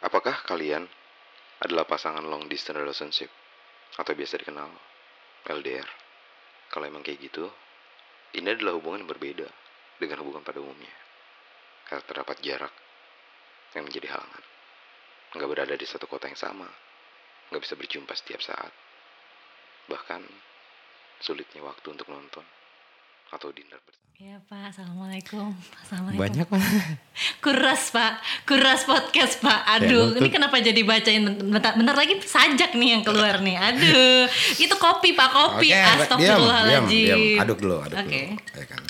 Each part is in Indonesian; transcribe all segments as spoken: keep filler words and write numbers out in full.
Apakah kalian adalah pasangan long distance relationship atau biasa dikenal L D R? Kalau emang kayak gitu, ini adalah hubungan yang berbeda dengan hubungan pada umumnya. Karena terdapat jarak yang menjadi halangan. Nggak berada di satu kota yang sama, nggak bisa berjumpa setiap saat. Bahkan sulitnya waktu untuk nonton atau dinner bersama. Iya Pak, Assalamualaikum. Assalamualaikum. Banyak Pak. Kuras Pak, kuras podcast Pak. Aduh, Ya, ini kenapa jadi bacain bentar, bentar lagi sajak nih yang keluar nih. Aduh, itu kopi Pak, kopi. Oke, Astagfirullahaladzim. diam, diam, diam. Aduk dulu, aduk Oke. dulu. Ya kan.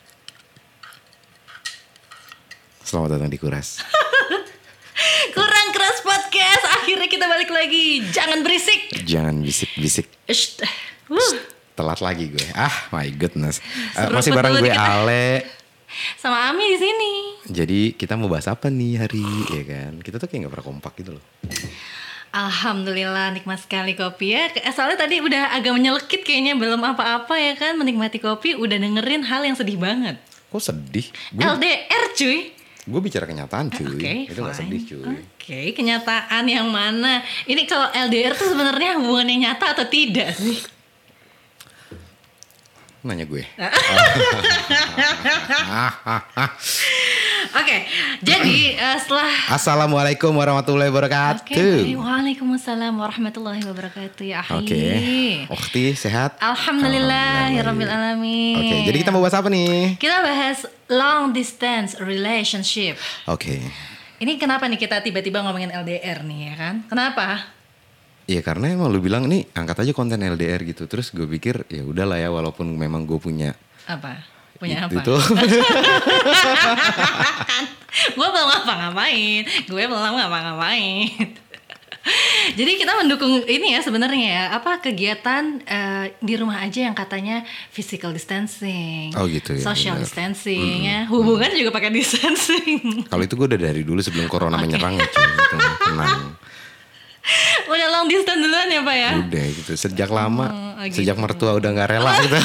Selamat datang di Kuras. Kurang keras podcast. Akhirnya kita balik lagi. Jangan berisik. Jangan bisik-bisik. Shh. Uh. Telat lagi gue. Ah, my goodness. Uh, Seru masih betul bareng gue kita. Ale. Sama Ami di sini. Jadi kita mau bahas apa nih hari, ya kan? Kita tuh kayak gak pernah kompak gitu loh. Alhamdulillah nikmat sekali kopi ya. Soalnya tadi udah agak menyelekit kayaknya, belum apa-apa ya kan, menikmati kopi udah dengerin hal yang sedih banget. Kok sedih? Gue, L D R cuy. gue bicara kenyataan cuy. Oke, Itu gak fine. sedih cuy. Oke, kenyataan yang mana? Ini kalau L D R tuh sebenarnya hubungan yang nyata atau tidak sih? Nanya gue. Oke, jadi uh, setelah Assalamualaikum warahmatullahi wabarakatuh. Oke, waalaikumsalam warahmatullahi wabarakatuh ya ahi. Oke, Ukhti sehat? Alhamdulillah, ya rabbil alamin. Oke, jadi kita mau bahas apa nih? Kita bahas long distance relationship. Oke. Ini kenapa nih kita tiba-tiba ngomongin L D R nih ya kan? Kenapa? Iya karena emang lu bilang nih angkat aja konten L D R gitu. Terus gue pikir ya udahlah ya walaupun memang gue punya Apa? Punya itu, apa? itu. Gue belum ngapa-ngapain. Gue belum ngapa-ngapain. Jadi kita mendukung ini ya sebenarnya ya, apa kegiatan uh, di rumah aja yang katanya physical distancing, Oh gitu ya, social benar. distancing ya, hubungan juga pakai distancing. Kalau itu gue udah dari dulu sebelum corona menyerang ya cuy. Gitu. Tenang. Udah long distance duluan ya Pak ya? Udah gitu. Sejak lama, Oh, gitu. sejak mertua udah gak rela gitu.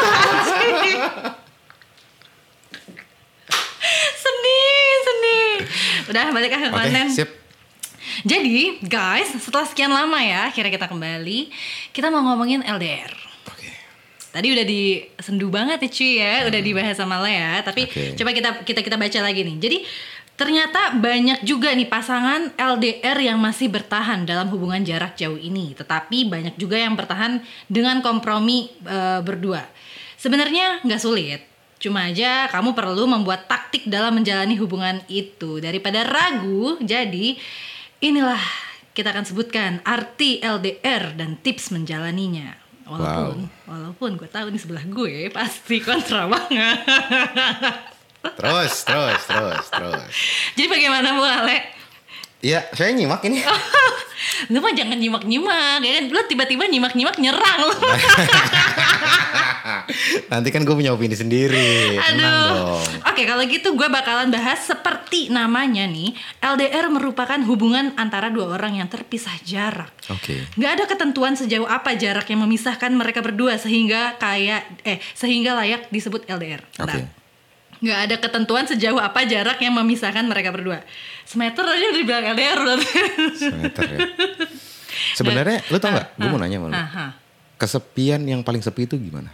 Sedih, sedih. Udah balik ke Oke, konten. sip. Jadi guys, setelah sekian lama ya, akhirnya kita kembali. Kita mau ngomongin L D R. Oke. Tadi udah disendu banget ya cuy ya, udah dibahas sama Lea ya. Tapi Oke. coba kita kita kita baca lagi nih. Jadi ternyata banyak juga nih pasangan L D R yang masih bertahan dalam hubungan jarak jauh ini. Tetapi banyak juga yang bertahan dengan kompromi e, berdua. Sebenarnya nggak sulit. Cuma aja kamu perlu membuat taktik dalam menjalani hubungan itu. Daripada ragu, jadi inilah kita akan sebutkan arti L D R dan tips menjalaninya. Walaupun, Wow. walaupun gue tahu di sebelah gue pasti kontra banget. Terus, terus, terus, terus. Jadi bagaimana Bu Ale? Iya, saya nyimak ini. Lu mah jangan nyimak-nyimak ya kan? Lu tiba-tiba nyimak-nyimak nyerang lu. Nanti kan gue punya opini sendiri. Tenang Aduh. dong. Oke, kalau gitu gue bakalan bahas seperti namanya nih. L D R merupakan hubungan antara dua orang yang terpisah jarak. Oke. Gak ada ketentuan sejauh apa jarak yang memisahkan mereka berdua sehingga kayak eh sehingga layak disebut L D R. Bentar. Oke. Gak ada ketentuan sejauh apa jarak yang memisahkan mereka berdua. Semeter aja udah dibilang L D R berarti. Semeter ya. Sebenarnya lu tau gak? Gue mau nanya sama lu. Aha. Kesepian yang paling sepi itu gimana?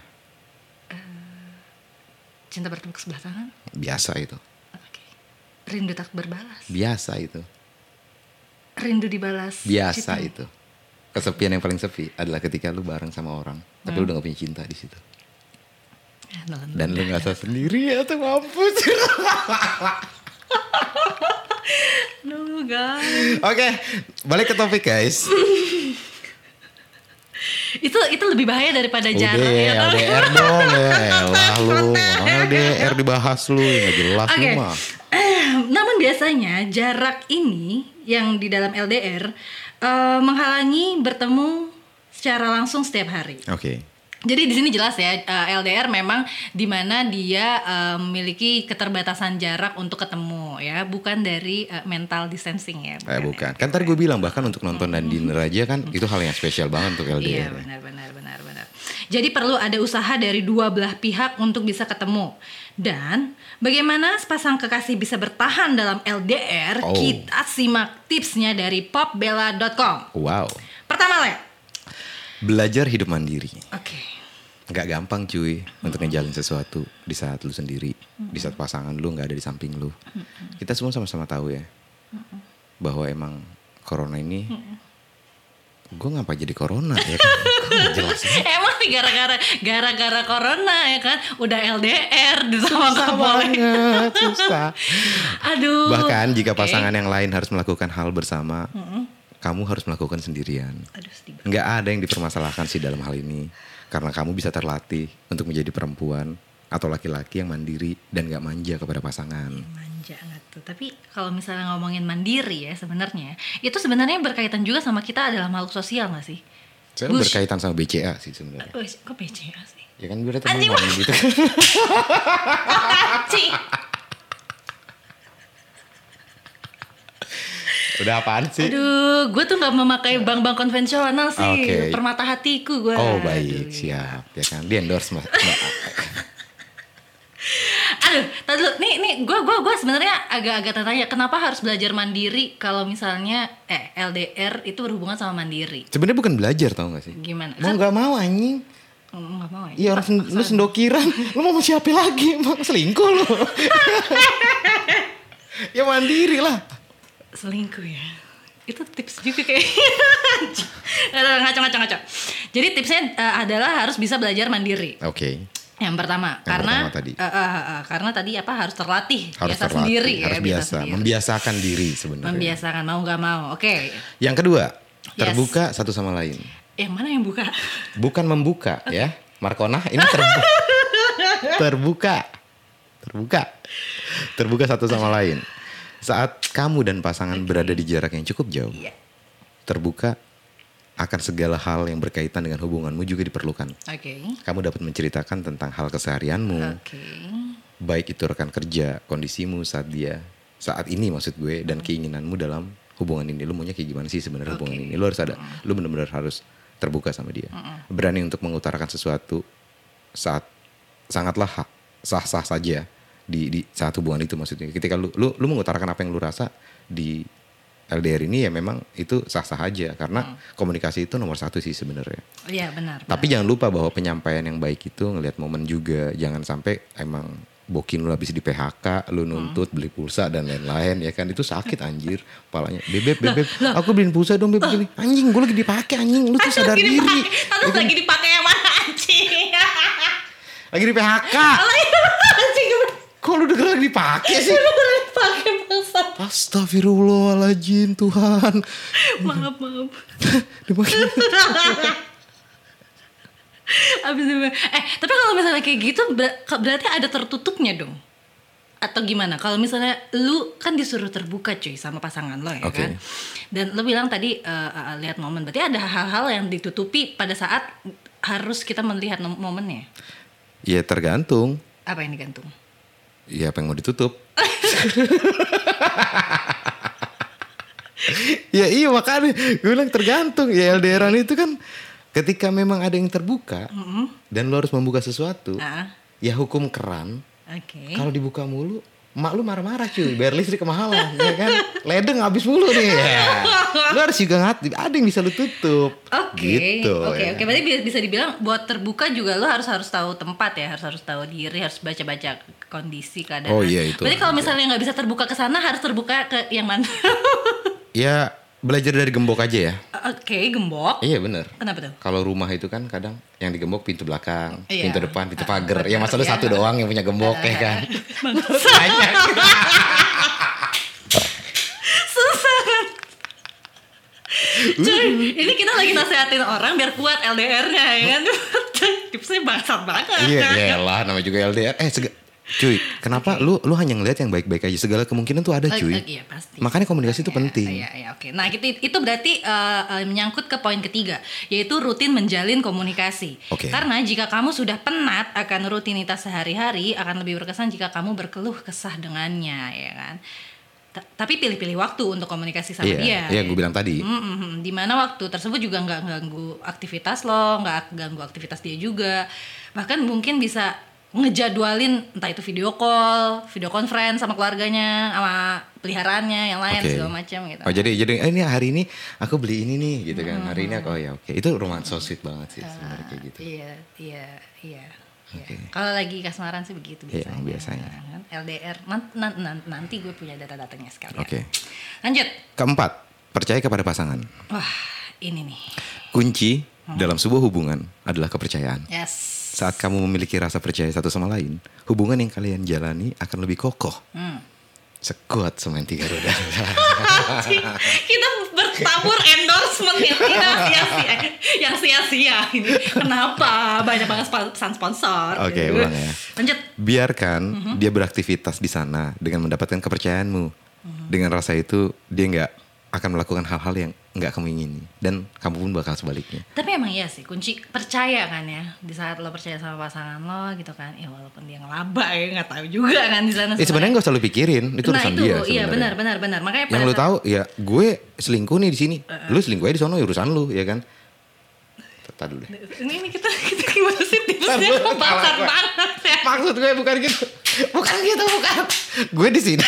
Cinta bertepuk sebelah tangan. Biasa itu. Oke. Rindu tak berbalas. Biasa itu. Rindu dibalas. Biasa Cinta. itu. Kesepian yang paling sepi adalah ketika lu bareng sama orang, tapi lu udah gak punya cinta di situ. Ya, nelan. Dan lu ngerasa sendiri ya tuh mampus. Aduh guys. Oke, balik ke topik guys. Itu itu lebih bahaya daripada jarak Udah ya. L D R dong ya. Elah lu, orang L D R dibahas lu, gak jelas Oke. lu mah. Namun biasanya jarak ini yang di dalam L D R eh, menghalangi bertemu secara langsung setiap hari. Oke. Jadi di sini jelas ya, uh, L D R memang di mana dia uh, memiliki keterbatasan jarak untuk ketemu ya, bukan dari uh, mental distancing ya. Eh bukan. Kan tadi gue bilang bahkan untuk nonton dan dinner aja kan itu hal yang spesial banget untuk L D R. Iya ya. benar benar benar benar. Jadi perlu ada usaha dari dua belah pihak untuk bisa ketemu. Dan bagaimana sepasang kekasih bisa bertahan dalam L D R? Oh. Kita simak tipsnya dari popbella dot com. Wow. Pertama, Le. Belajar hidup mandiri. Oke. Gak gampang cuy mm-hmm. untuk ngejalin sesuatu di saat lu sendiri, mm-hmm. di saat pasangan lu gak ada di samping lu. Mm-hmm. Kita semua sama-sama tahu ya, mm-hmm. bahwa emang corona ini, mm-hmm. gue ngapa jadi corona ya kan? Gue jelas ya. Emang nih gara-gara gara-gara corona ya kan, udah L D R di sama susah banget, susah. Aduh. Bahkan jika okay. pasangan yang lain harus melakukan hal bersama, mm-hmm. kamu harus melakukan sendirian. Aduh, sedih. Nggak ada yang dipermasalahkan sih dalam hal ini. Karena kamu bisa terlatih untuk menjadi perempuan atau laki-laki yang mandiri dan gak manja kepada pasangan. Ya, manja nggak tuh. Tapi kalau misalnya ngomongin mandiri ya sebenarnya, itu sebenarnya berkaitan juga sama kita adalah makhluk sosial nggak sih? Saya berkaitan sama B C A sih sebenarnya. Oh, kok B C A sih? Ya kan berarti teman gitu. Anjing. Udah apaan sih? Aduh, gue tuh gak memakai bank-bank konvensional sih. Okay. Permata hatiku gue. Oh baik, aduh, siap. Ya kan, di endorse mbak. Aduh, tadi dulu. Nih, nih, gue gue gue sebenarnya agak-agak tanya, kenapa harus belajar mandiri kalau misalnya eh L D R itu berhubungan sama mandiri? Sebenarnya bukan belajar, tau gak sih? Gimana? Mau nggak mau anjing? Nggak mau ya? Iya orang sen- lu sendokiran, lu mau sama siapa lagi? Emang selingkuh lu? Ya mandiri lah. Selingkuh ya, itu tips juga kayak ngaco-ngaco ngaco. Jadi tipsnya uh, adalah harus bisa belajar mandiri. Oke. Okay. Yang pertama, Yang karena pertama tadi. Uh, uh, uh, uh, karena tadi apa harus terlatih, harus biasa terlatih, sendiri harus ya, biasa, sendiri. membiasakan diri sebenarnya. Membiasakan mau nggak mau, oke. Okay. Yang kedua, terbuka yes. satu sama lain. Yang mana yang buka? Bukan membuka okay. ya, Markona ini terbuka, terbuka, terbuka, terbuka satu sama lain. Saat kamu dan pasangan okay. berada di jarak yang cukup jauh, yeah. terbuka akan segala hal yang berkaitan dengan hubunganmu juga diperlukan. Okay. Kamu dapat menceritakan tentang hal keseharianmu, okay. baik itu rekan kerja, kondisimu saat dia, saat ini maksud gue, dan keinginanmu dalam hubungan ini. Lu maunya kayak gimana sih sebenarnya okay. hubungan ini? Lu harus ada, mm. lu benar-benar harus terbuka sama dia, mm-mm. berani untuk mengutarakan sesuatu saat sangatlah sah-sah saja. Di, di saat hubungan itu maksudnya ketika lu, lu lu mengutarakan apa yang lu rasa di L D R ini ya memang itu sah-sah aja karena hmm. komunikasi itu nomor satu sih sebenarnya. Iya benar. Tapi benar. jangan lupa bahwa penyampaian yang baik itu ngelihat momen juga, jangan sampai emang bokin lu habis di P H K, lu nuntut hmm. beli pulsa dan lain-lain ya kan, itu sakit anjir palanya. Bebek bebek, loh, loh. Aku beliin pulsa dong bebek ini. Anjing gue lagi dipakai anjing, lu tuh sadar diri. Aduh ya, lagi dipakai yang mana anjing? Lagi di P H K. Anjing. Kok lu denger lagi dipake sih? Udah dipake bangsa. Astagfirullahaladzim Tuhan. Maaf maaf. Dipake. Abis itu, eh tapi kalau misalnya kayak gitu ber- berarti ada tertutupnya dong? Atau gimana? Kalau misalnya lu kan disuruh terbuka cuy sama pasangan lo ya okay. kan? Dan lu bilang tadi uh, uh, lihat momen, berarti ada hal-hal yang ditutupi pada saat harus kita melihat momennya? Ya tergantung. Apa yang digantung? Ya apa yang mau ditutup. Ya iya makanya gue bilang tergantung. Ya L D R-an itu kan ketika memang ada yang terbuka mm-hmm. dan lo harus membuka sesuatu uh. ya hukum keran okay. kalau dibuka mulu mak lu marah-marah cuy, bayar listrik kemahalan ya kan, ledeng habis mulu nih ya. Lu harus juga ngerti ada yang bisa lu tutup. Oke okay. gitu, oke okay, ya. oke okay. Berarti bisa dibilang buat terbuka juga lu harus harus tahu tempat ya, harus harus tahu diri, harus baca-baca kondisi keadaan. Oh iya itu. Berarti kalau misalnya nggak bisa terbuka ke sana, harus terbuka ke yang mana? Ya belajar dari gembok aja ya. Oke okay, gembok. Iya benar. Kenapa tuh? Kalau rumah itu kan kadang yang digembok pintu belakang, iya. pintu depan, pintu pagar. Uh, ya masa lu iya. satu doang yang punya gembok uh, ya kan. Banyak. Susah. Cuy, ini kita lagi nasehatin orang biar kuat L D R-nya ya kan. Tipsnya bangsat banget. Iya, iyalah namanya juga L D R. Eh, seg- cuy, kenapa okay. lu lu hanya ngelihat yang baik-baik aja? Segala kemungkinan tuh ada, cuy. Uh, uh, iya, pasti. Makanya komunikasi itu uh, penting. Iya, iya, oke. Okay. Nah, itu itu berarti uh, uh, menyangkut ke poin ketiga, yaitu rutin menjalin komunikasi. Okay. Karena jika kamu sudah penat akan rutinitas sehari-hari, akan lebih berkesan jika kamu berkeluh kesah dengannya, ya kan? Ta- tapi pilih-pilih waktu untuk komunikasi sama Iya, dia. iya gue bilang tadi. Mm-mm. Di mana waktu tersebut juga nggak ganggu aktivitas lo, nggak ganggu aktivitas dia juga. Bahkan mungkin bisa ngejadwalin entah itu video call, video conference sama keluarganya, sama peliharaannya yang lain Oke. segala macam gitu. Oh jadi jadi eh, ini hari ini aku beli ini nih gitu kan. Hari ini aku oh ya oke. Itu romantis so sweet banget sih sebenarnya kayak gitu. Iya, iya, iya. iya. Oke. Kalau lagi kasmaran sih begitu Iya, biasanya. biasanya. Kan? L D R nan- nan- nan- nanti gue punya data-datanya sekalian. Oke. Lanjut. Keempat, percaya kepada pasangan. Wah, ini nih. Kunci dalam sebuah hubungan adalah kepercayaan. Yes. Saat kamu memiliki rasa percaya satu sama lain, hubungan yang kalian jalani akan lebih kokoh. Hmm. Sekuat semen tiga roda. Kita bertabur endorsement yang tidak sia-sia, yang sia-sia ini. Kenapa? Banyak banget spa- pesan sponsor. Oke, Gitu. ulang ya. Lanjut. Biarkan Mhm. dia beraktivitas di sana dengan mendapatkan kepercayaanmu. Mhm. Dengan rasa itu dia nggak akan melakukan hal-hal yang nggak kamu ingini dan kamu pun bakal sebaliknya. Tapi emang iya sih, kunci percaya kan ya. Di saat lo percaya sama pasangan lo gitu kan. Ya walaupun dia ngelaba ya, nggak tahu juga kan di sana. Eh sebenarnya nggak usah lu pikirin, itu Nah urusan itu, dia iya sebenarnya. benar benar benar. Makanya Yang pada lu saat- tahu ya gue selingkuh nih di sini, lu selingkuh aja di sono ya urusan lu ya kan. Tadi dulu deh. ini, ini kita kita gimana sih tipsnya? Ntar dulu, Bakar salah gue. banget ya. Maksud gue bukan gitu, bukan gitu bukan. Gue di sini.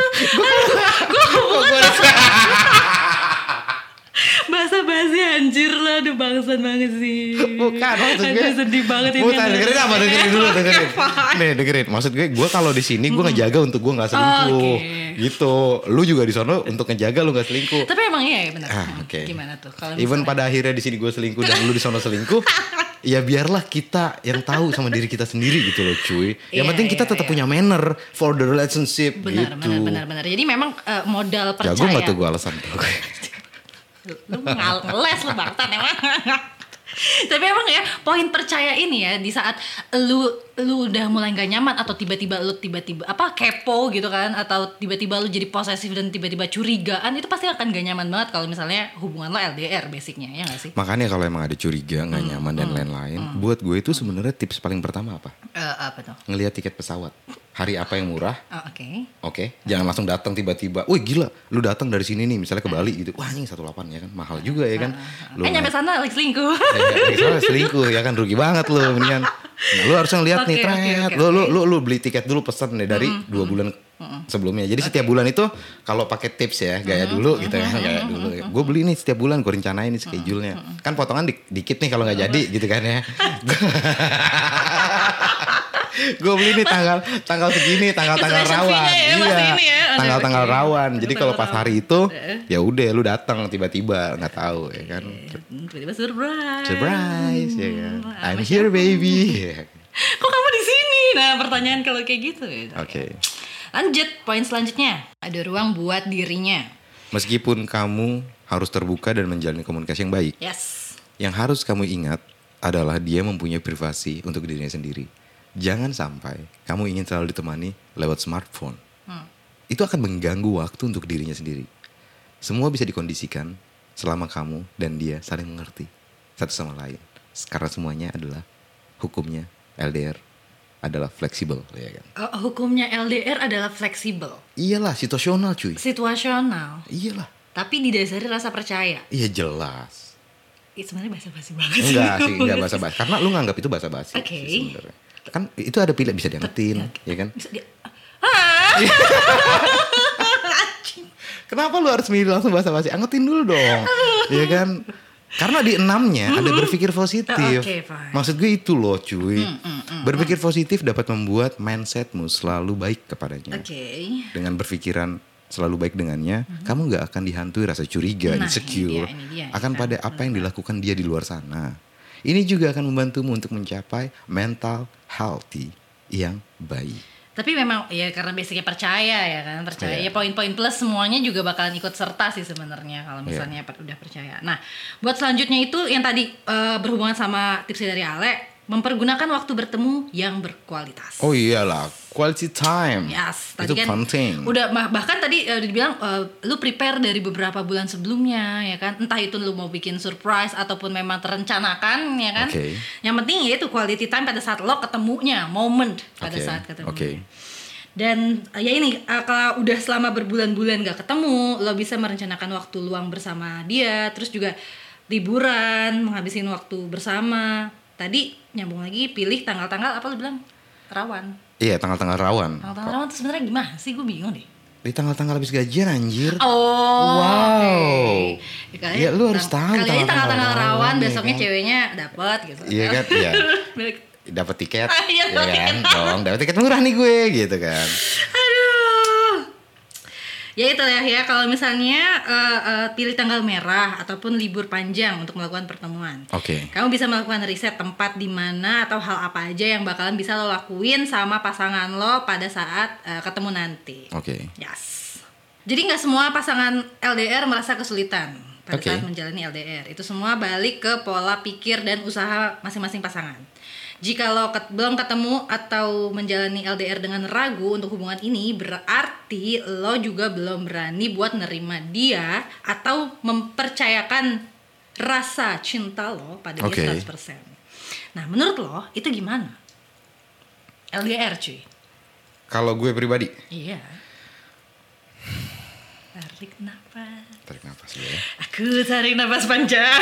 Bahasa basi anjir lah, aduh bangsat banget sih. Bukan maksud gue. Aduh, sedih banget ini. Bukan dengerin apa dengerin dulu dengerin. Fine. Nih dengerin. Maksud gue gue kalau di sini gue ngejaga untuk gue nggak selingkuh. Oke. Gitu. Lu juga di sono untuk ngejaga lu nggak selingkuh. Tapi emang iya ya benar. Ah, Hmm, oke. Gimana tuh kalau Even misalnya- pada akhirnya di sini gue selingkuh dan lu di sono selingkuh, ya biarlah kita yang tahu sama diri kita sendiri gitu loh cuy. Yang Iya, penting kita iya, tetap iya. punya manner for the relationship benar, gitu. benar benar benar. Jadi memang eh, modal percaya. Jago nggak tuh gue alasan tuh. Lu ngal- ngeles lu bangsat emang. Tapi emang ya poin percaya ini ya di saat lu lu udah mulai gak nyaman atau tiba-tiba lu tiba-tiba apa kepo gitu kan atau tiba-tiba lu jadi posesif dan tiba-tiba curigaan itu pasti akan gak nyaman banget kalau misalnya hubungan lo L D R basicnya ya gak sih? Makanya kalau emang ada curiga, nggak Hmm, nyaman dan lain-lain, buat gue itu sebenarnya tips paling pertama apa? Eh, apa tuh? Ngelihat tiket pesawat. Hari apa yang murah? Oh, oke. Oke, jangan langsung datang tiba-tiba. Wih gila, lu datang dari sini nih, misalnya ke Bali gitu. Wah anjing satu delapan ya kan, mahal juga ya kan. Lu Eh nyampe sana lagi selingkuh. Eh, soalnya selingkuh ya kan, rugi banget lu mendingan. Nah, lu harus ngeliat nih, Oke, oke, tret. oke, Lu, lu, oke. lu, lu beli tiket dulu pesen nih dari dua bulan sebelumnya. Jadi setiap bulan itu kalau pakai tips ya, gaya dulu gitu ya, gaya dulu. Ya. Gue beli nih setiap bulan, gue rencanain nih schedule-nya. Kan potongan di- dikit nih kalau nggak jadi gitu kan ya. Gue beli nih tanggal tanggal segini, tanggal-tanggal Reservation rawan. fee-nya ya, masih ini ya. Aduh, Tanggal-tanggal oke. rawan. Jadi kalau pas Tanggal hari itu rawan. ya udah lu datang tiba-tiba, nggak tahu ya kan. Tiba-tiba surprise. Surprise ya kan. Hmm, I'm sama here siapa? baby. Kok kamu di sini? Nah, pertanyaan kalau kayak gitu. gitu. Oke. Lanjut, poin selanjutnya. Ada ruang buat dirinya. Meskipun kamu harus terbuka dan menjalani komunikasi yang baik, Yes. yang harus kamu ingat adalah dia mempunyai privasi untuk dirinya sendiri. Jangan sampai kamu ingin selalu ditemani lewat smartphone. Hmm. Itu akan mengganggu waktu untuk dirinya sendiri. Semua bisa dikondisikan selama kamu dan dia saling mengerti satu sama lain. Karena semuanya adalah hukumnya L D R adalah fleksibel, ya kan? Oh, hukumnya L D R adalah fleksibel, Iyalah, situasional cuy. situasional, Iyalah. tapi didasari rasa percaya. Iya jelas. Ih, sebenarnya basa-basi banget sih. Enggak sih, enggak basa-basi. Karena lu nganggap itu basa-basi Oke. sih sebenarnya. Kan itu ada pilihan bisa diangetin, ya kan? Bisa dia. Hah? Kenapa lu harus milih langsung basa-basi? Angetin dulu dong, ya kan? Karena di enamnya ada berpikir positif. Oke, fine. Maksud gue itu loh cuy. Berpikir positif dapat membuat mindsetmu selalu baik kepadanya. Oke. Dengan berpikiran selalu baik dengannya, kamu nggak akan dihantui rasa curiga, Nah, insecure, ini dia, ini dia, akan kan. pada apa yang dilakukan dia di luar sana. Ini juga akan membantumu untuk mencapai mental healthy yang baik. Tapi memang ya karena basicnya percaya ya kan, percaya Iya. ya poin-poin plus semuanya juga bakalan ikut serta sih sebenarnya kalau misalnya per- udah percaya. Nah, buat selanjutnya itu yang tadi eh, berhubungan sama tipsnya dari Ale, mempergunakan waktu bertemu yang berkualitas. Oh iyalah, quality time. Yes, Itu tadi kan penting. udah bah- bahkan tadi uh, dibilang uh, lu prepare dari beberapa bulan sebelumnya ya kan, entah itu lu mau bikin surprise ataupun memang terencanakan ya kan. Oke. Yang penting ya itu quality time pada saat lo ketemunya, moment pada Oke, saat ketemu. oke. Dan uh, ya ini uh, kalau udah selama berbulan-bulan gak ketemu, lo bisa merencanakan waktu luang bersama dia, terus juga liburan, menghabisin waktu bersama. Tadi nyambung lagi, pilih tanggal-tanggal apa lo bilang? Rawan. Iya, tanggal-tanggal rawan. Tanggal-tanggal rawan tuh sebenarnya gimana sih? Gue bingung deh. Di tanggal-tanggal habis gajian anjir. Oh. Wow. Okay. Ya lu harus tahu kali ini tanggal-tanggal rawan, rawan ya besoknya kan? Ceweknya dapat gitu. Iya kan? Iya. Dapat tiket. Iya, ya kan? Dong, dapat tiket murah nih gue gitu kan. Aduh. Ya itu ya ya kalau misalnya uh, uh, pilih tanggal merah ataupun libur panjang untuk melakukan pertemuan. Oke. Okay. Kamu bisa melakukan riset tempat di mana atau hal apa aja yang bakalan bisa lo lakuin sama pasangan lo pada saat uh, ketemu nanti. Oke. Okay. Yes. Jadi nggak semua pasangan L D R merasa kesulitan pada okay. saat menjalani L D R. Itu semua balik ke pola pikir dan usaha masing-masing pasangan. Jika lo ket, belum ketemu atau menjalani L D R dengan ragu untuk hubungan ini, berarti lo juga belum berani buat nerima dia atau mempercayakan rasa cinta lo pada dia okay. seratus persen. Nah, menurut lo itu gimana? L D R cuy. Kalau gue pribadi? Iya. Tarik nafas. Tarik nafas ya. Aku tarik nafas panjang.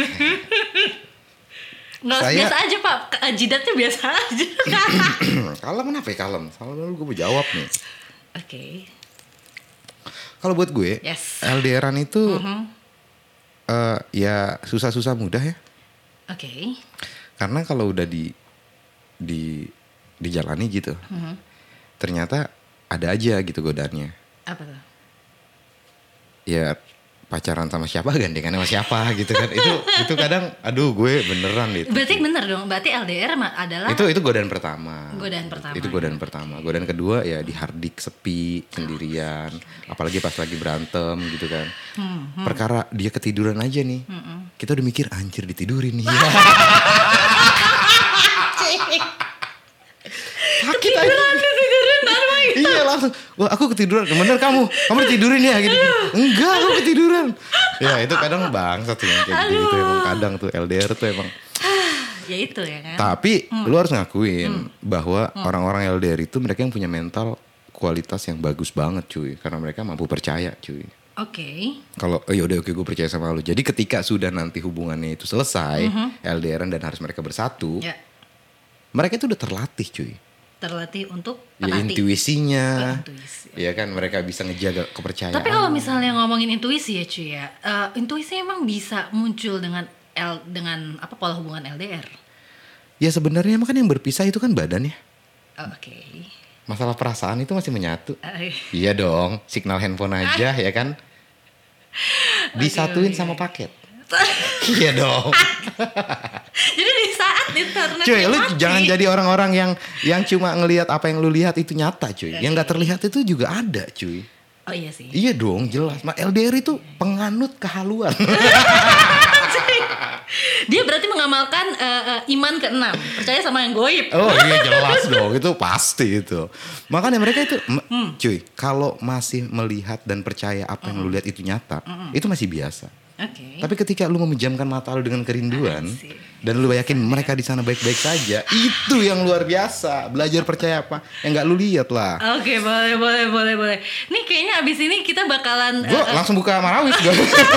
Nggak saya... biasa aja pak, jidatnya biasa aja. Kalem kenapa ya kalem? Salah dulu gue mau jawab nih. Oke. Okay. Kalau buat gue, yes. L D R-an itu uh-huh. uh, ya susah-susah mudah ya. Oke. Okay. Karena kalau udah di di dijalani gitu, uh-huh. ternyata ada aja gitu godaannya. Apa tuh? Ya pacaran sama siapa, gandengan sama siapa gitu kan. Itu itu kadang aduh gue beneran gitu. Berarti bener dong, berarti L D R adalah Itu itu godaan pertama. Godaan pertama. Itu godaan ya. pertama. Godaan kedua ya di hardik sepi, sendirian, oh, apalagi pas lagi berantem gitu kan. Hmm, hmm. Perkara dia ketiduran aja nih. Hmm, hmm. Kita udah mikir anjir ditidurin nih. Sakit aja. Iya langsung, wah aku ketiduran, bener kamu, kamu ditidurin ya gitu. Enggak, aku ketiduran. Ya itu kadang bangsat tuh yang kayak gitu, emang kadang tuh L D R tuh emang. Ya itu ya kan. Tapi hmm. lu harus ngakuin hmm. bahwa hmm. orang-orang L D R itu mereka yang punya mental kualitas yang bagus banget cuy, karena mereka mampu percaya cuy. Oke. Okay. Kalau oh ya udah oke gue percaya sama lu. Jadi ketika sudah nanti hubungannya itu selesai, mm-hmm. L D R-an dan harus mereka bersatu, yeah. mereka itu udah terlatih cuy. Terlatih untuk ya, intuisinya, oh, intuisi. Ya kan mereka bisa ngejaga kepercayaan. Tapi kalau misalnya ngomongin intuisi ya cuy ya, uh, intuisi emang bisa muncul dengan L dengan apa pola hubungan L D R? Ya sebenarnya emang kan yang berpisah itu kan badan ya. Oh, oke. Okay. Masalah perasaan itu masih menyatu. Uh, iya dong, signal handphone aja ya kan. Disatuin okay, okay. sama paket. Iya dong. Jadi di saat internet cuy, lu mati. Jangan jadi orang-orang yang yang cuma ngelihat apa yang lu lihat itu nyata cuy. Okay. Yang nggak terlihat itu juga ada cuy. Oh iya sih. Iya dong, jelas. Ma L D R itu penganut kehaluan. Dia berarti mengamalkan uh, uh, iman keenam, percaya sama yang goib. Oh iya jelas dong, itu pasti itu. Makanya mereka itu, hmm. cuy, kalau masih melihat dan percaya apa yang mm. lu lihat itu nyata, mm. itu masih biasa. Okay. Tapi ketika lu memejamkan mata lu dengan kerinduan dan lu yakin mereka di sana baik-baik saja, itu yang luar biasa. Belajar percaya apa yang nggak lu lihat lah. Oke, okay, boleh, boleh, boleh, boleh. Nih kayaknya abis ini kita bakalan. Gue uh, langsung buka Marawis gue.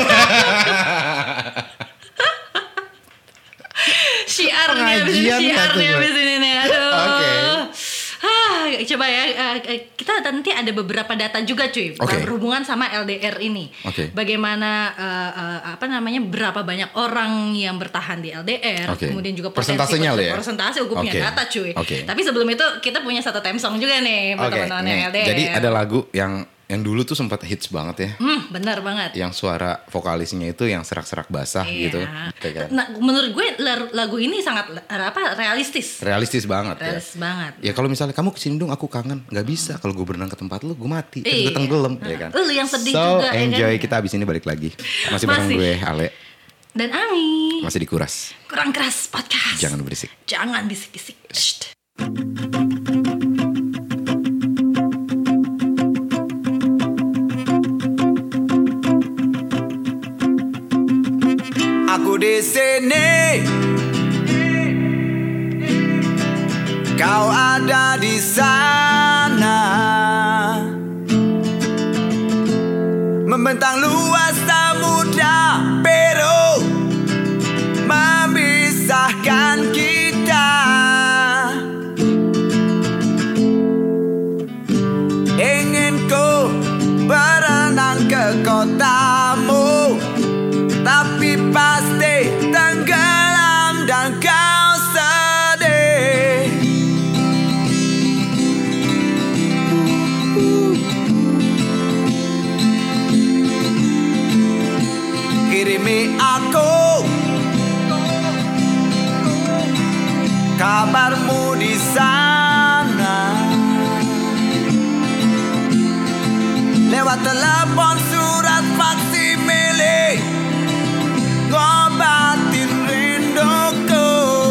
Syiar nih abis ini, syiar nih abis ini nih. Aduh. Oke. Okay. Ah, coba ya, kita nanti ada beberapa data juga cuy, okay. berhubungan sama L D R ini. Okay. Bagaimana uh, uh, apa namanya berapa banyak orang yang bertahan di L D R, okay. kemudian juga persentasenya ya. Persentase gue punya okay. data cuy. Okay. Tapi sebelum itu kita punya satu theme song juga nih buat okay. teman-teman yang L D R. Jadi ada lagu yang yang dulu tuh sempat hits banget ya. Hmm, benar banget. Yang suara vokalisnya itu yang serak-serak basah iya. gitu. Nah, menurut gue lagu ini sangat apa realistis. Realistis banget. Realistis ya. banget. Ya kalau misalnya kamu kesini dong aku kangen, nggak bisa. Kalau gue berenang ke tempat lu, gue mati. Terus iya. gue tenggelam, nah, ya kan. Lu yang sedih so, juga. So enjoy ya kan? Kita abis ini balik lagi. Masih bareng gue Ale. Dan Ami. Masih di Kuras. Kurang Keras Podcast. Jangan berisik. Jangan bisik-bisik. Shh. Aku di sini, kau ada di sana. membentang luas samudra Peru memisahkan kita. Ingin ku berenang ke kotamu, tapi pasti tenggelam dan kau sedih. Kirimi aku kabarmu di sana, lewat telepon, surat, faksimile, ngobatin rinduku.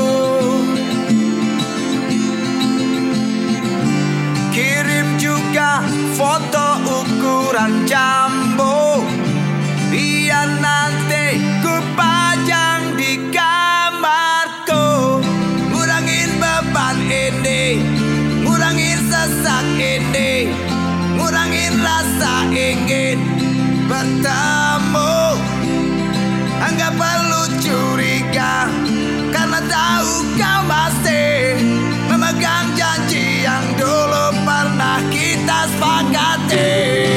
Kirim juga foto ukuran jambu, biar nanti ku pajang di kamarku. Ngurangin beban ini, ngurangin sesak ini, ngurangin rasa ingin bertemu. Enggak perlu curiga, karena tahu kau masih memegang janji yang dulu pernah kita sepakati.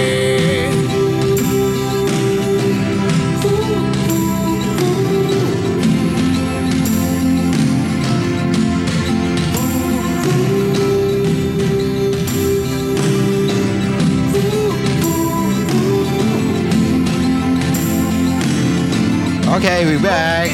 Oke, okay, we back.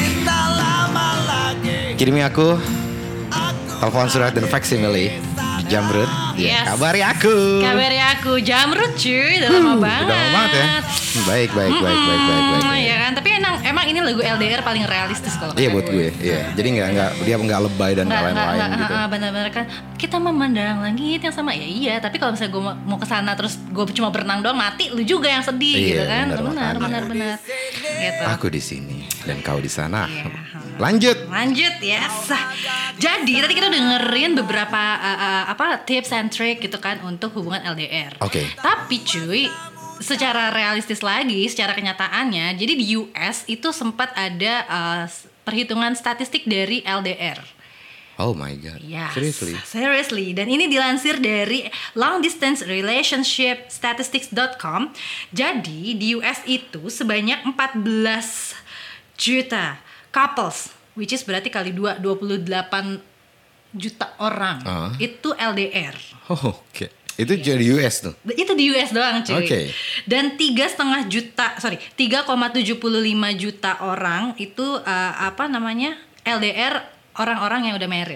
Kirimi aku telepon, surat, dan faksimile Jamrud. Yes. Kabari aku. Kabari aku Jamrud cuy, udah lama banget. Udah lama banget ya. Baik, baik, baik, baik, baik, baik. Hmm, ya kan, tapi emang emang ini lagu L D R paling realistis kalau Iya buat gue. Iya. Jadi nggak nggak dia nggak lebay dan nggak lain-lain nggak gitu. uh, benar-benar kan kita memandang langit yang sama ya iya, tapi kalau misalnya gue mau- mau ke sana terus gue cuma berenang doang mati, lu juga yang sedih Iya, gitu kan. benar, Benar, makanya. benar, benar. Gitu. Aku di sini dan kau di sana. Iya. Lanjut. Lanjut yes. Jadi tadi kita udah dengerin beberapa uh, uh, apa tips and trick gitu kan untuk hubungan L D R. Oke. Tapi cuy, secara realistis lagi, secara kenyataannya, jadi di U S itu sempat ada uh, perhitungan statistik dari L D R. Oh my god. Yes, Seriously. seriously. Dan ini dilansir dari long distance relationship statistics dot com. Jadi di U S itu sebanyak empat belas juta couples, which is berarti kali dua, dua puluh delapan juta orang. Ah. Itu L D R. Oh, oke. Itu jadi U S tuh. Itu di U S doang cuy. Oke. Dan tiga setengah juta, sorry, tiga koma tujuh lima juta orang itu uh, apa namanya L D R orang-orang yang udah married.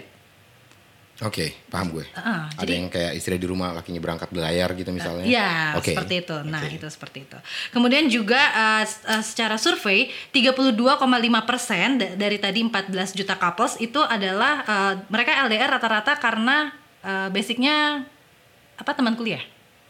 Oke, paham gue. Uh, Ada jadi- yang kayak istri di rumah, lakinya berangkat belayar gitu misalnya. Iya, Oke. seperti itu. Nah, Oke. itu seperti itu. Kemudian juga uh, s- uh, secara survei tiga puluh dua koma lima persen da- dari tadi empat belas juta couples itu adalah uh, mereka L D R rata-rata karena uh, basicnya apa teman kuliah.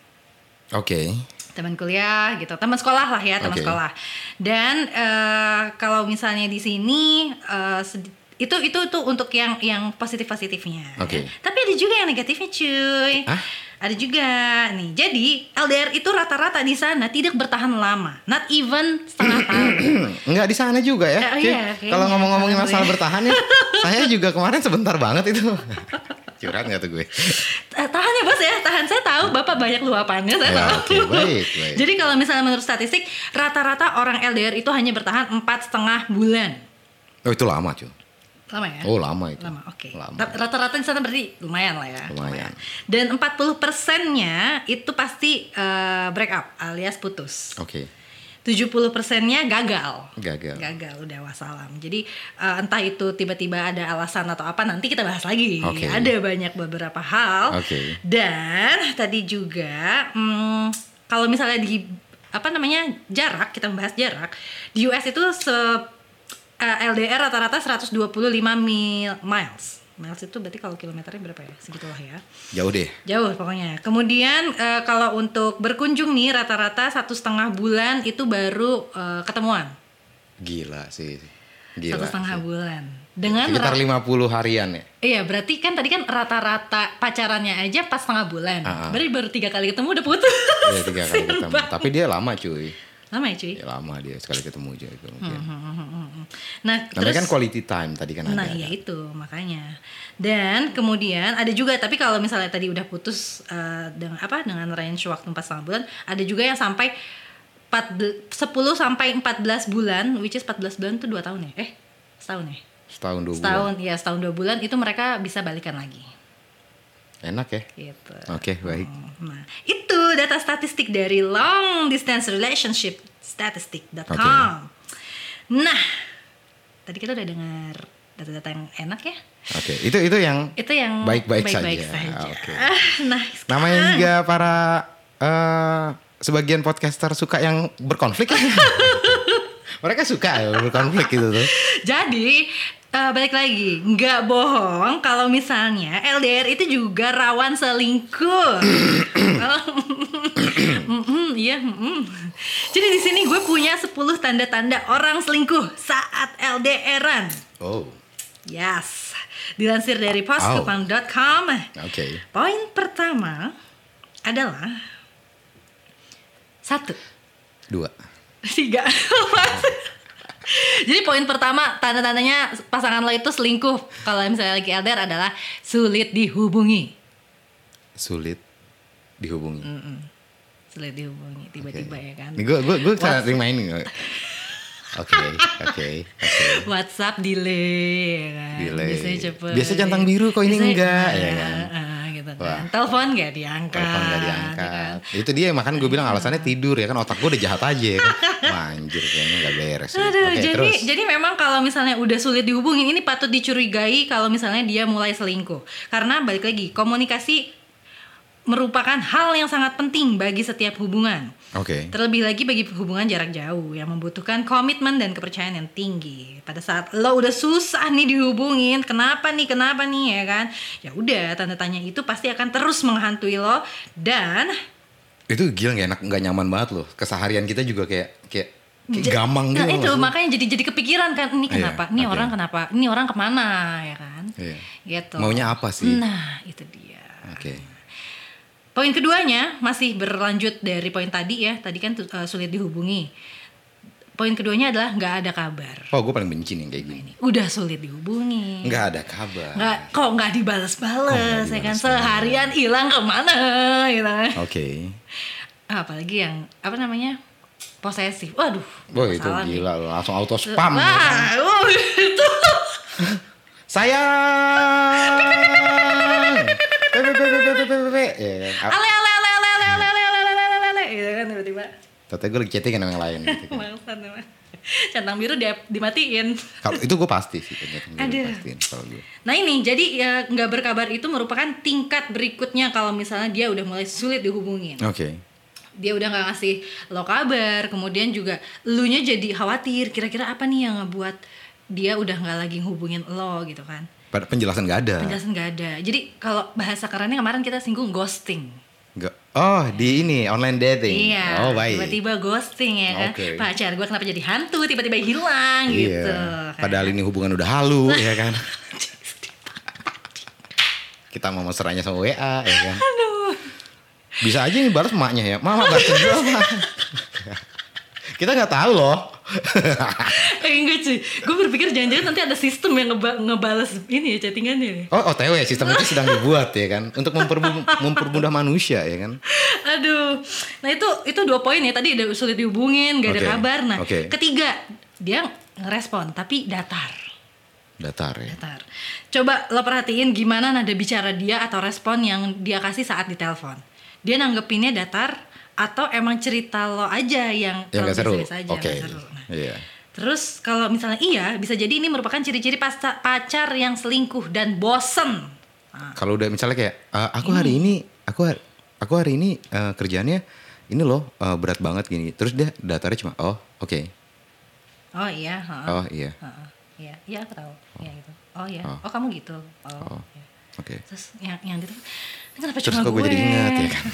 Oke. Teman kuliah gitu, teman sekolah lah ya, teman Oke. sekolah. Dan eh, kalau misalnya di sini eh, sedi- itu itu itu untuk yang yang positif positifnya. Oke. Tapi ada juga yang negatifnya cuy. Hah? Ada juga nih. Jadi L D R itu rata-rata di sana tidak bertahan lama, not even setengah tahun. Enggak di sana juga ya. Eh, Ki. iya, kayaknya. Kalau ngomong-ngomongin masalah Gue. bertahan ya, saya juga kemarin sebentar banget itu. Curhat nggak tuh gue? Eh, tahan ya bos ya, tahan. Saya tahu bapak banyak luapannya, saya Ya, tahu. oke, baik, baik. Jadi kalau misalnya menurut statistik, rata-rata orang L D R itu hanya bertahan empat setengah bulan. Oh itu lama cuy. Lama ya? Oh lama itu. Lama, oke. Lama. Ta- Rata-rata di sana berarti lumayan lah ya. Lumayan. Dan empat puluh persennya itu pasti eh, break up alias putus. Oke. tujuh puluh persennya gagal. Gagal. Gagal udah wassalam. Jadi eh, entah itu tiba-tiba ada alasan atau apa, nanti kita bahas lagi. Oke. Ada banyak beberapa hal. Oke. Dan tadi juga hmm, kalau misalnya di apa namanya jarak, kita membahas jarak di U S itu se eh, L D R rata-rata seratus dua puluh lima mil, miles. Miles itu berarti kalau kilometernya berapa ya? Segitulah ya. Jauh deh. Jauh pokoknya. Kemudian eh, kalau untuk berkunjung nih rata-rata satu setengah bulan itu baru eh, ketemuan. Gila sih. Gila. Satu setengah sih. bulan. Dengan Sekitar ra- lima puluh harian ya. Iya berarti kan tadi kan rata-rata pacarannya aja pas setengah bulan. Ah, ah. Berarti baru tiga kali ketemu udah putus. Iya tiga kali Kasian ketemu. banget. Tapi dia lama cuy. Lama ya cuy? Ya lama dia sekali ketemu aja itu mungkin. Hmm, hmm, hmm, hmm. Nah, Namanya terus kan quality time tadi kan nah ada. iya itu makanya. Dan kemudian ada juga, tapi kalau misalnya tadi udah putus uh, dengan apa dengan range waktu empat setengah bulan, ada juga yang sampai sepuluh sampai empat belas bulan, which is empat belas bulan itu dua tahun ya? Eh, setahun ya? Setahun dua Setahun, bulan. ya setahun dua bulan itu mereka bisa balikan lagi. Enak ya? Gitu. Oke, baik. Nah, itu data statistik dari long distance relationship statistic dot com. Oke. Nah, tadi kita udah dengar data-data yang enak ya. Oke, itu itu yang Itu yang baik-baik baik-baik saja. saja. Oke. Ah, nah, Namanya sekarang- juga para eh, sebagian podcaster suka yang berkonflik. Mereka suka ya berkonflik gitu tuh. Jadi uh, balik lagi, nggak bohong kalau misalnya L D R itu juga rawan selingkuh. Mm-mm, Iya. mm-mm. Jadi di sini gue punya sepuluh tanda-tanda orang selingkuh saat L D R-an. Oh, Yes, dilansir dari postkupang dot com. oke. Poin pertama adalah satu, Dua. tiga. Jadi poin pertama tanda-tandanya pasangan lo itu selingkuh kalau misalnya lagi L D R adalah sulit dihubungi. Sulit dihubungi. Mm-mm. Sulit dihubungi tiba-tiba ya kan. Nih gue gue gue What's- sering main nih. Oke, oke, oke. WhatsApp delay ya kan. Delay. Biasanya cepet. Biasa centang biru kok ini Biasanya- enggak, ah, ya kan? ah, gitu Wah. kan. Telepon gak diangkat. Telepon gak ya kan? diangkat. Itu dia makan gue bilang alasannya tidur ya kan, otak gue udah jahat aja ya kan. Wah, anjir kayaknya gak beres. ya. Aduh, Oke, jadi terus. jadi memang kalau misalnya udah sulit dihubungin ini patut dicurigai kalau misalnya dia mulai selingkuh. Karena balik lagi, komunikasi merupakan hal yang sangat penting bagi setiap hubungan. Oke. Terlebih lagi bagi hubungan jarak jauh yang membutuhkan komitmen dan kepercayaan yang tinggi. Pada saat lo udah susah nih dihubungin, kenapa nih, kenapa nih ya kan? Ya udah, tanda tanya itu pasti akan terus menghantui lo dan Itu gila gak enak, gak nyaman banget loh. Keseharian kita juga kayak kayak, kayak Ja- gamang gitu. Nah, itu nggak sih? makanya jadi jadi kepikiran kan, ini Iya, kenapa? Ini oke. orang kenapa? Ini orang kemana ya kan? Iya. Gitu. Maunya apa sih? Nah, itu dia. Oke. Poin keduanya masih berlanjut dari poin tadi ya. Tadi kan uh, sulit dihubungi. Poin keduanya adalah nggak ada kabar. Oh, gue paling benci nih yang kayak gini. Udah sulit dihubungi. Nggak ada kabar. Nggak, kok nggak dibales-bales ya kan? dibales-bales. Seharian hilang kemana gitu kan? Oke. Ah, apalagi yang apa namanya? Posesif. Waduh. Wah, itu masalah nih. gila loh, langsung auto spam. ya kan? Wah, uh, itu. Sayang. Pepe pepe pepe pepe pepe. Ya kan. Ale ale ale ale ale ale ale ale ale ale ale gitu kan tiba-tiba. Tapi gue lagi chatting sama yang lain. Gitu. Bangsat emang. Centang biru dia dimatiin. Kalau itu gue pasti sih, ternyata gue Aduh. pastiin kalau gue. Nah ini jadi ya nggak berkabar itu merupakan tingkat berikutnya kalau misalnya dia udah mulai sulit dihubungin. Oke. Dia udah nggak ngasih lo kabar, kemudian juga elunya jadi khawatir. Kira-kira apa nih yang ngebuat dia udah nggak lagi hubungin lo gitu kan? Pada penjelasan nggak ada. Penjelasan nggak ada. Jadi kalau bahasa kerennya kemarin kita singgung ghosting. Nggak. Oh, di ini online dating. Iya, Oh, baik. tiba-tiba ghosting ya kan. Oke. Pacar gue kenapa jadi hantu, tiba-tiba hilang Iya. gitu. kan. Padahal ini hubungan udah halu ya kan. Kita mau mesranya sama W A ya kan. Aduh. Bisa aja nih balas emaknya ya. Mama balas gue apa? Kita nggak tahu loh. Eh enggak cuy, gue berpikir jangan-jangan nanti ada sistem yang ngeba- ngebales ini ya chattingannya. Oh, O T W ya, sistem itu sedang dibuat ya kan untuk memperbu- mempermudah manusia ya kan. Aduh, nah itu itu dua poin ya tadi udah sulit dihubungin, gak ada Oke, kabar. Nah oke. ketiga dia ngerespon tapi datar, Datar ya. datar. Coba lo perhatiin gimana nada bicara dia atau respon yang dia kasih saat ditelepon. Dia nanggepinnya datar atau emang cerita lo aja yang Yang kalau gak seru. biasa-biasa aja, Oke. nggak seru. Nah, Iya. terus kalau misalnya iya bisa jadi ini merupakan ciri-ciri pas- pacar yang selingkuh dan bosen. Nah, Kalau udah misalnya kayak "Eh, aku hari ini aku hari, aku hari ini eh, kerjaannya ini loh eh, berat banget gini. Terus dia datarnya cuma oh, oke. oh iya, ha-ha. Oh, iya. Ha-ha. Iya, iya aku tahu. Iya gitu. Oh iya. Oh. Oh, kamu gitu. Oh. Oh. iya. Oke. Terus yang yang gitu. Kenapa Terus cuma kok gue jadi ingat ya kan.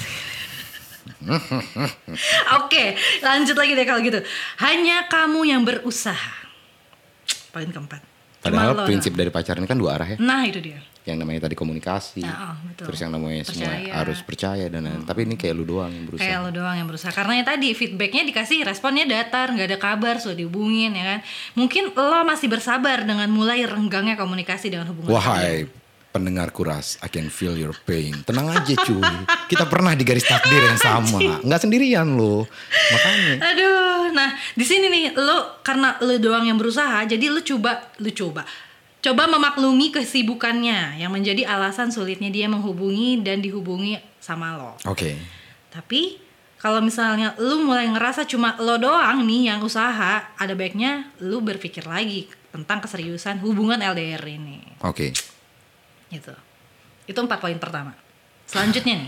Oke, lanjut lagi deh kalau gitu. Hanya kamu yang berusaha. Poin keempat. Cuma Padahal lo prinsip doang. dari pacaran kan dua arah ya. Nah itu dia. yang namanya tadi komunikasi, Nah, oh, betul. terus yang namanya semua Percaya. harus percaya dan lain-lain. Tapi ini kayak lu doang yang berusaha. Kayak lo doang yang berusaha. Karena ya tadi feedbacknya dikasih, responnya datar, nggak ada kabar, sudah dihubungin ya kan. Mungkin lo masih bersabar dengan mulai renggangnya komunikasi dengan hubungan. Wahai pendengar kuras, I can feel your pain. Tenang aja cuy, kita pernah di garis takdir yang sama, nggak sendirian lo. Makanya. Aduh, nah di sini nih lo karena lo doang yang berusaha, jadi lo coba, lo coba, coba memaklumi kesibukannya yang menjadi alasan sulitnya dia menghubungi dan dihubungi sama lo. Oke. Okay. Tapi kalau misalnya lu mulai ngerasa cuma lo doang nih yang usaha, ada baiknya lu berpikir lagi tentang keseriusan hubungan L D R ini. Oke. Okay. Gitu. Itu empat poin pertama. Selanjutnya nih,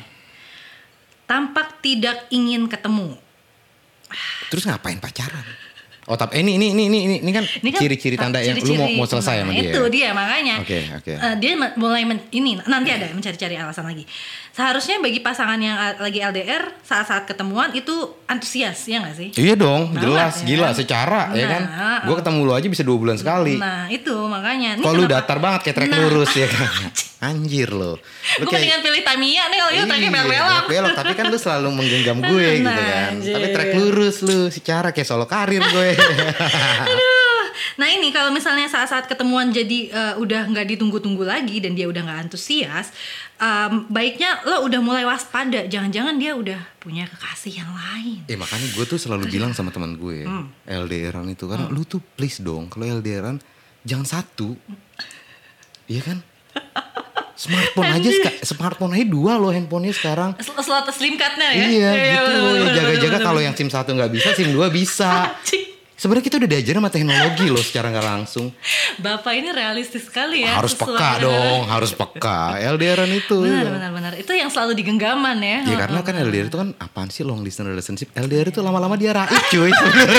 tampak tidak ingin ketemu. Terus ngapain pacaran? Oh tapi ini ini ini ini ini kan, Ini kan ciri-ciri tanda yang lu mau, mau selesai sama nah, dia. Itu dia makanya. Oke okay, oke. Okay. Uh, dia mulai men, ini nanti ada mencari-cari alasan lagi. Seharusnya bagi pasangan yang lagi L D R saat-saat ketemuan itu antusias ya nggak sih? Iya dong, Banget, jelas ya. gila secara Nah, ya kan. Gue ketemu lu aja bisa dua bulan sekali. Nah itu makanya. Kalau lu datar banget kayak trek Nah. lurus ya kan. Anjir lo. Gue mendingan pilih Tamiya nih kalau itu treknya belok-belok. belok. Tapi kan lu selalu menggenggam gue gitu Nah, kan. anjir. Tapi trek lurus lu secara kayak solo karir gue. Aduh. Nah ini kalau misalnya saat-saat ketemuan jadi uh, udah nggak ditunggu-tunggu lagi dan dia udah nggak antusias, um, baiknya lo udah mulai waspada. Jangan-jangan dia udah punya kekasih yang lain. Eh makanya gue tuh selalu bilang sama teman gue Hmm. L D R-an itu karena lu tuh please dong kalau L D R-an jangan satu. Iya kan? Smartphone aja ska- smartphone aja dua loh handphonenya sekarang. Sel- Slot slim card-nya ya. Iya, Iya, gitu. bener, bener, Jaga-jaga bener, kalau bener. yang SIM satu nggak bisa, SIM dua bisa. Anjing. Sebenarnya kita udah diajarin sama teknologi loh secara nggak langsung. Bapak ini realistis sekali ya. Harus sesuai peka dengan- dong, harus peka. L D R-an itu. Benar, ya. benar, benar. Itu yang selalu digenggaman ya. Ya karena kan L D R itu kan apaan sih long distance relationship? L D R itu lama-lama dia raib cuy.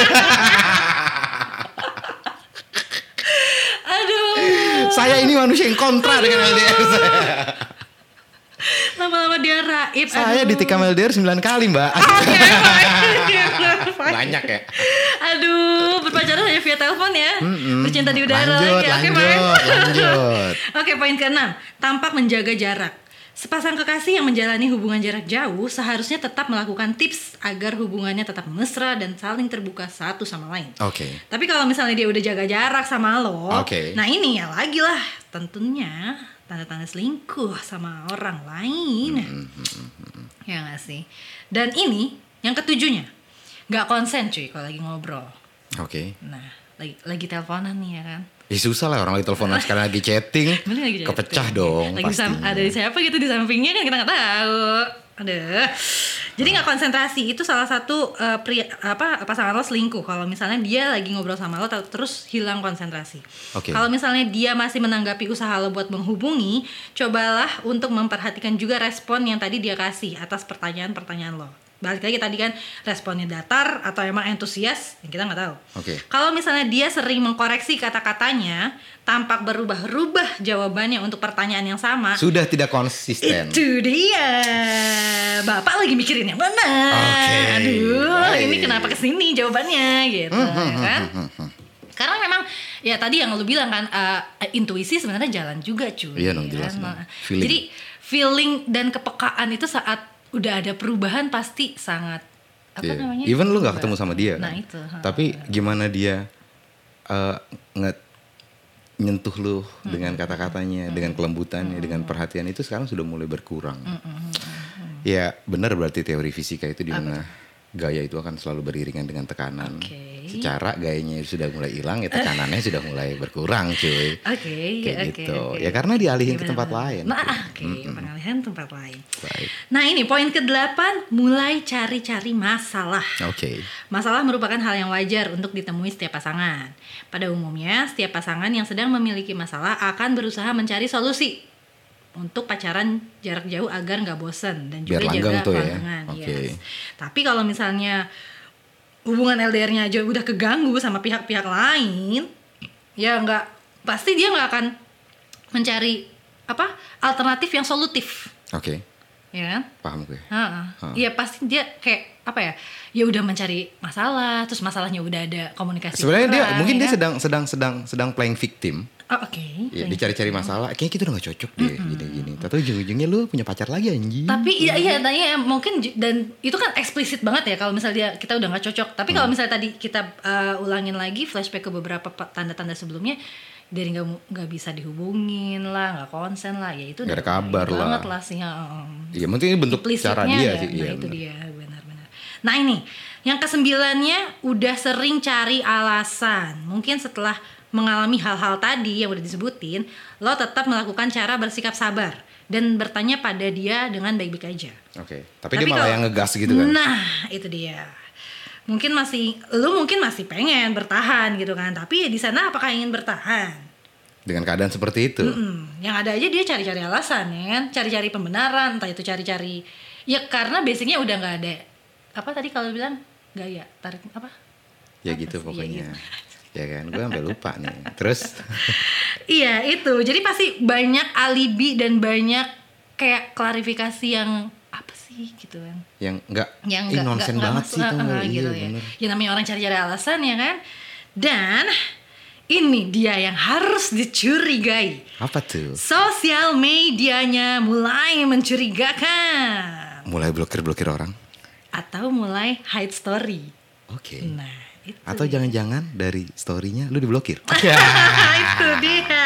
Aduh. Saya ini manusia yang kontra dengan L D R saya. Lama-lama dia raib. Saya aduh. ditikam L D R sembilan kali mbak. Oke, fine. Banyak ya. Aduh, berpacaran hanya via telepon ya. Bercinta di udara. Lanjut, Oke, oke, lanjut, fine. lanjut. Oke, poin keenam, tampak menjaga jarak. Sepasang kekasih yang menjalani hubungan jarak jauh seharusnya tetap melakukan tips agar hubungannya tetap mesra dan saling terbuka satu sama lain. Oke. Tapi kalau misalnya dia udah jaga jarak sama lo, Oke. nah ini ya lagi lah tentunya tanda-tanda selingkuh sama orang lain. Ya gak sih? Dan ini yang ketujuhnya, gak konsen cuy kalau lagi ngobrol. Oke. Nah, lagi, lagi teleponan nih ya kan. Ya susah lah orang lagi teleponan sekarang lagi chatting. Bener lagi jadi- Kepecah dong Lagi sam- pastinya. ada di siapa gitu di sampingnya kan kita nggak tahu. Aduh. Jadi nggak konsentrasi itu salah satu uh, pria apa pasangan lo selingkuh. Kalau misalnya dia lagi ngobrol sama lo ter- terus hilang konsentrasi. Oke. Kalau misalnya dia masih menanggapi usaha lo buat menghubungi, cobalah untuk memperhatikan juga respon yang tadi dia kasih atas pertanyaan-pertanyaan lo. Balik lagi tadi kan responnya datar atau emang entusias, yang kita nggak tahu. Oke. Kalau misalnya dia sering mengkoreksi kata-katanya, tampak berubah-ubah jawabannya untuk pertanyaan yang sama. Sudah tidak konsisten. Itu dia. Bapak lagi mikirin yang mana? Oke, Aduh, baik. ini kenapa kesini jawabannya gitu kan? Karena memang ya tadi yang lu bilang kan uh, intuisi sebenarnya jalan juga cuy. Iya dong, jelas kan? dong. Feeling. Jadi feeling dan kepekaan itu saat udah ada perubahan pasti sangat apa Iya. namanya? Even lu berubah. gak ketemu sama dia Nah kan? itu. ha. Tapi gimana dia uh, nge- nyentuh lu dengan kata-katanya, dengan kelembutannya, dengan perhatian itu sekarang sudah mulai berkurang. Ya benar berarti teori fisika itu di mana gaya itu akan selalu beriringan dengan tekanan. Oke. Secara gayanya sudah mulai hilang, ya tekanannya sudah mulai berkurang, cuy. Oke, Kayak oke, gitu. oke. Ya karena dialihin Oke, ke tempat benar-benar. lain. Nah, oke, pengalihan tempat lain. Baik. Nah ini poin kedelapan, mulai cari-cari masalah. Oke. Masalah merupakan hal yang wajar untuk ditemui setiap pasangan. Pada umumnya, setiap pasangan yang sedang memiliki masalah akan berusaha mencari solusi untuk pacaran jarak jauh agar nggak bosan dan juga Biar langgeng jaga tuh ya. kelanggengan. Oke. Yes. Tapi kalau misalnya hubungan L D R-nya aja udah keganggu sama pihak-pihak lain, ya nggak, pasti dia nggak akan mencari apa alternatif yang solutif, Oke. ya kan? Paham gue. Heeh. Iya pasti dia kayak apa ya? Ya udah mencari masalah, terus masalahnya udah ada komunikasi. Sebenarnya dia kurang, mungkin ya dia kan? sedang sedang sedang sedang playing victim. Oh, oke. Ya, dicari-cari masalah, kayaknya kita udah gak cocok deh, gini-gini. Tapi ujung-ujungnya lu punya pacar lagi anjing. Tapi iya iya tanya mungkin j- dan itu kan eksplisit banget ya kalau misalnya dia, kita udah nggak cocok. Tapi kalau misalnya tadi kita uh, ulangin lagi flashback ke beberapa pa- tanda-tanda sebelumnya dari nggak mu- nggak bisa dihubungin lah, nggak konsen lah, ya itu Nggak udah ada kabar ini lah. banget lah sih. Ya, Iya, mungkin ini bentuk cara implisitnya dia ya. sih. Nah Iya, itu benar. dia benar-benar. Nah ini yang kesembilannya udah sering cari alasan. Mungkin setelah mengalami hal-hal tadi yang udah disebutin, lo tetap melakukan cara bersikap sabar dan bertanya pada dia dengan baik-baik aja. Oke, tapi, dia malah kalau- yang ngegas gitu kan. Nah, itu dia. Mungkin masih, lu mungkin masih pengen bertahan gitu kan, tapi di sana apakah ingin bertahan? Dengan keadaan seperti itu. Mm-mm. Yang ada aja dia cari-cari alasan ya kan, cari-cari pembenaran, entah itu cari-cari, ya karena basicnya udah nggak ada, apa tadi kalau bilang gaya tarik apa? Ya Apa gitu sih? Iya, pokoknya. gitu. Ya kan, gue sampai lupa nih. Terus Iya itu, jadi pasti banyak alibi dan banyak kayak klarifikasi yang apa sih gitu kan? yang enggak, Yang ih nggak nonsen nggak- nggak banget masuk, sih tuh. ah, ah, Iya, gitu ya. bener. Ya namanya orang cari-cari alasan ya kan. Dan ini dia yang harus dicurigai. Apa tuh? Sosial medianya mulai mencurigakan Mulai blokir-blokir orang. atau mulai hide story. Oke. Nah, itu. Atau jangan-jangan dari story-nya lu diblokir. itu dia.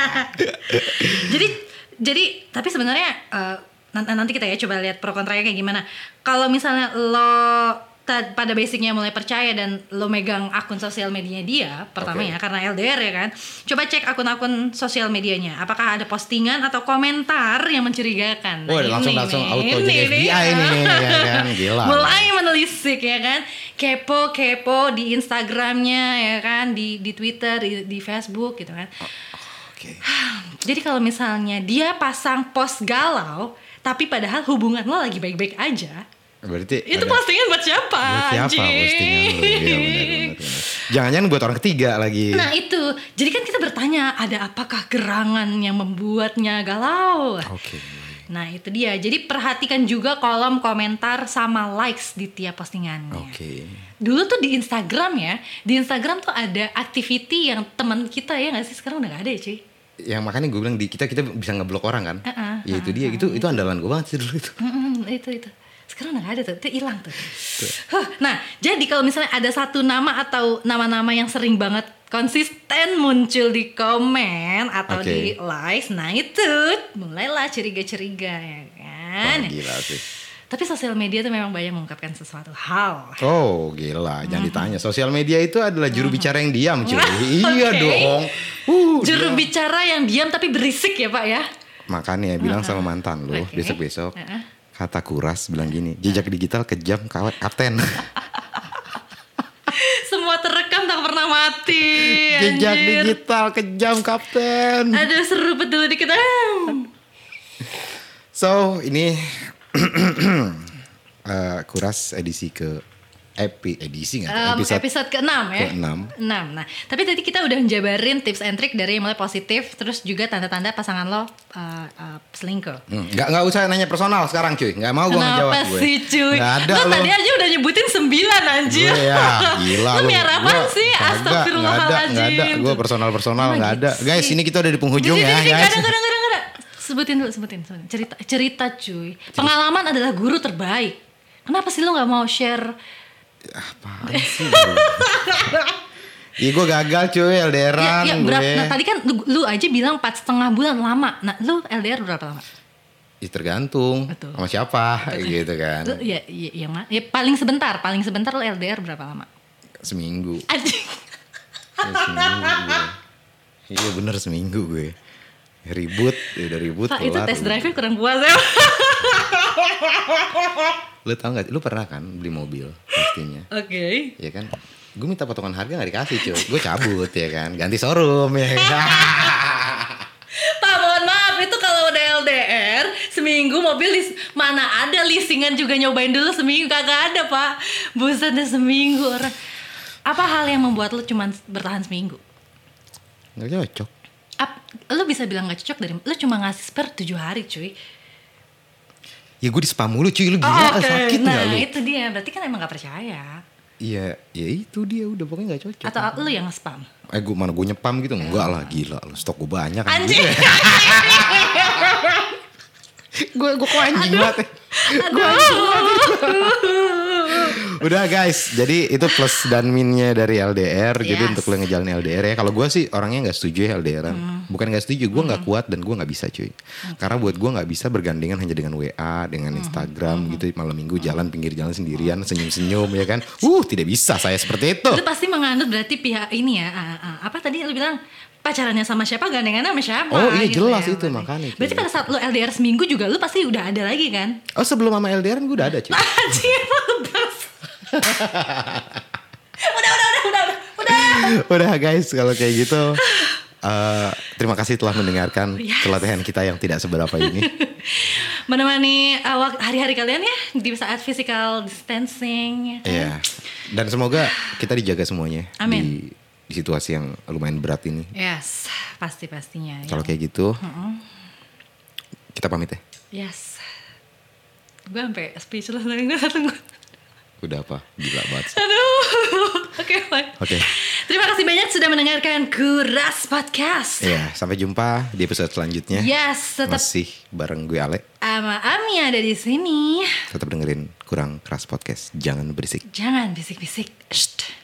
jadi jadi tapi sebenarnya eh, nan- nanti kita ya coba lihat pro kontranya kayak gimana. Kalau misalnya lo ta- pada basicnya mulai percaya dan lo megang akun sosial medianya dia pertama Oke. ya karena L D R ya kan, coba cek akun-akun sosial medianya apakah ada postingan atau komentar yang mencurigakan. Wah, langsung- ini langsung nih, auto ini jadi F B I nih. nih, ya kan? Gila. Mulai menelisik ya kan, kepo-kepo di Instagramnya ya kan, di di Twitter, di, di Facebook gitu kan. Oke. Jadi kalau misalnya dia pasang post galau, tapi padahal hubungan lo lagi baik-baik aja, Berarti itu ada- postingan buat siapa? buat siapa anjing? postingan lu? Iya, benar, benar, benar. Jangan-jangan buat orang ketiga lagi. Nah itu, jadi kan kita bertanya ada apakah gerangan yang membuatnya galau? Oke. Nah itu dia, jadi perhatikan juga kolom komentar sama likes di tiap postingannya. Oke. Dulu tuh di Instagram ya, di Instagram tuh ada activity yang teman kita ya nggak sih, sekarang udah nggak ada ya cuy. Yang makanya gue bilang di kita kita bisa ngeblok orang kan. Uh-uh, Ya itu dia, itu itu andalan gue banget sih dulu itu. Mm-mm, itu itu sekarang udah gak ada tuh, itu hilang tuh. Huh, nah jadi kalau misalnya ada satu nama atau nama-nama yang sering banget konsisten muncul di komen atau Oke. di likes, nah itu mulailah curiga-curiga ya kan. Wah, gila sih. Tapi sosial media tuh memang banyak mengungkapkan sesuatu hal. Oh gila, jangan ditanya. Sosial media itu adalah juru bicara yang diam cuy. Iya Oke. dong. Uh, Juru dia- bicara yang diam tapi berisik ya Pak ya. Makanya bilang sama mantan lo Oke. besok-besok. Uh-uh. Kata Kuras bilang gini, jejak digital kejam kawat kapten. Semua terekam tak pernah mati. Jejak anjir. digital kejam kapten. Aduh seru betul dikit. Ah. So ini eh, Kuras edisi ke epi edisi nggak? Um, episode, episode ke-enam ya. Keenam. enam. Nah, tapi tadi kita udah jabarin tips and trick dari yang mulai positif, terus juga tanda-tanda pasangan lo uh, uh, selingkuh. Hmm, nggak nggak usah nanya personal sekarang cuy, nggak mau gue ngejawab Kenapa gue. sih cuy? Nggak ada lo lo. tadi aja udah nyebutin sembilan anjir. Gue ya gila Lo lu. miara apaan Gua sih? kagak, Astagfirullahaladzim. Nggak ada, nggak ada. Gue personal personal Oh, nggak gitu ada. Guys, sih. ini kita udah di penghujung Jadi, ya jadi, guys. Kadang, kadang, kadang, kadang. Sebutin dulu, sebutin, sebutin. Cerita, cerita cuy. Pengalaman adalah guru terbaik. Kenapa sih lo nggak mau share? Apaan sih? Iya gue gagal cuy L D R-an Ya, ya, gue. berapa, nah, tadi kan lu, lu aja bilang empat setengah bulan lama. Nah, lu L D R berapa lama? Ya, tergantung Betul. sama siapa gitu kan. Lu, ya, ya, yang mana? Ya paling sebentar, paling sebentar lu L D R berapa lama? Seminggu. Anjing. Ya, seminggu gue. Iya bener seminggu gue. Ribut, ya udah ribut Pak, itu kelar. test drive-nya kurang puas ya. Lu tau gak, lu pernah kan beli mobil pastinya. Oke. Ya kan, gue minta potongan harga gak dikasih cuy. Gue cabut ya kan, ganti showroom ya kan. Pak, mohon maaf, itu kalau udah L D R seminggu mobil lis- mana ada leasingan juga nyobain dulu seminggu, kagak ada Pak. Buset deh seminggu orang. Apa hal yang membuat lu cuma bertahan seminggu? Gak cocok. Ap, lu bisa bilang gak cocok dari lu cuma ngasih spare tujuh hari cuy. Ya gue di spam mulu cuy, lu gila Oh, oke. sakit Nah gak lu? itu dia, berarti kan emang gak percaya. Iya, ya itu dia udah pokoknya gak cocok. Atau lu yang nge-spam? Eh gue mana gue nyepam gitu, enggak lah gila lu, stok gue banyak Anjing. Gue gue kok anjing banget. Aduh. Udah guys, jadi itu plus dan minnya dari L D R. Jadi Yes. untuk lo ngejalanin L D R ya. Kalau gue sih orangnya nggak setuju ya L D R-an. Hmm. Bukan nggak setuju, gue nggak kuat dan gue nggak bisa cuy. Karena buat gue nggak bisa bergandengan hanya dengan W A, dengan Hmm. Instagram gitu malam minggu jalan pinggir jalan sendirian senyum-senyum ya kan. Uh tidak bisa saya seperti itu. Lu pasti menganut berarti pihak ini ya. ah, ah, apa tadi lu bilang pacarannya sama siapa, gandengannya sama siapa. Oh, iya, gitu jelas ya, itu, berarti. makanya kayak Berarti pada saat lu L D R seminggu juga lu pasti udah ada lagi kan? Oh sebelum sama L D R-an gue udah ada cuy. Anjing emang lebas. Udah, udah, udah, udah, udah. Udah guys kalau kayak gitu. Uh, terima kasih telah mendengarkan Yes. pelatihan kita yang tidak seberapa ini. Menemani awal hari-hari kalian ya di saat physical distancing. Ya kan? Iya. Dan semoga kita dijaga semuanya Amin. di, di situasi yang lumayan berat ini. Yes, pasti pastinya. Kalau kayak gitu, kita pamit ya. Yes. Gue sampai speechless lagi gue tunggu. Udah apa? Gila banget. Aduh. Oke, fine. Oke. Terima kasih banyak sudah mendengarkan Kuras Podcast. Iya, sampai jumpa di episode selanjutnya. Yes, tetap Masih bareng gue Ale. sama Ami ada di sini. Tetap dengerin Kurang Keras Podcast. Jangan berisik. Jangan bisik-bisik. Shh.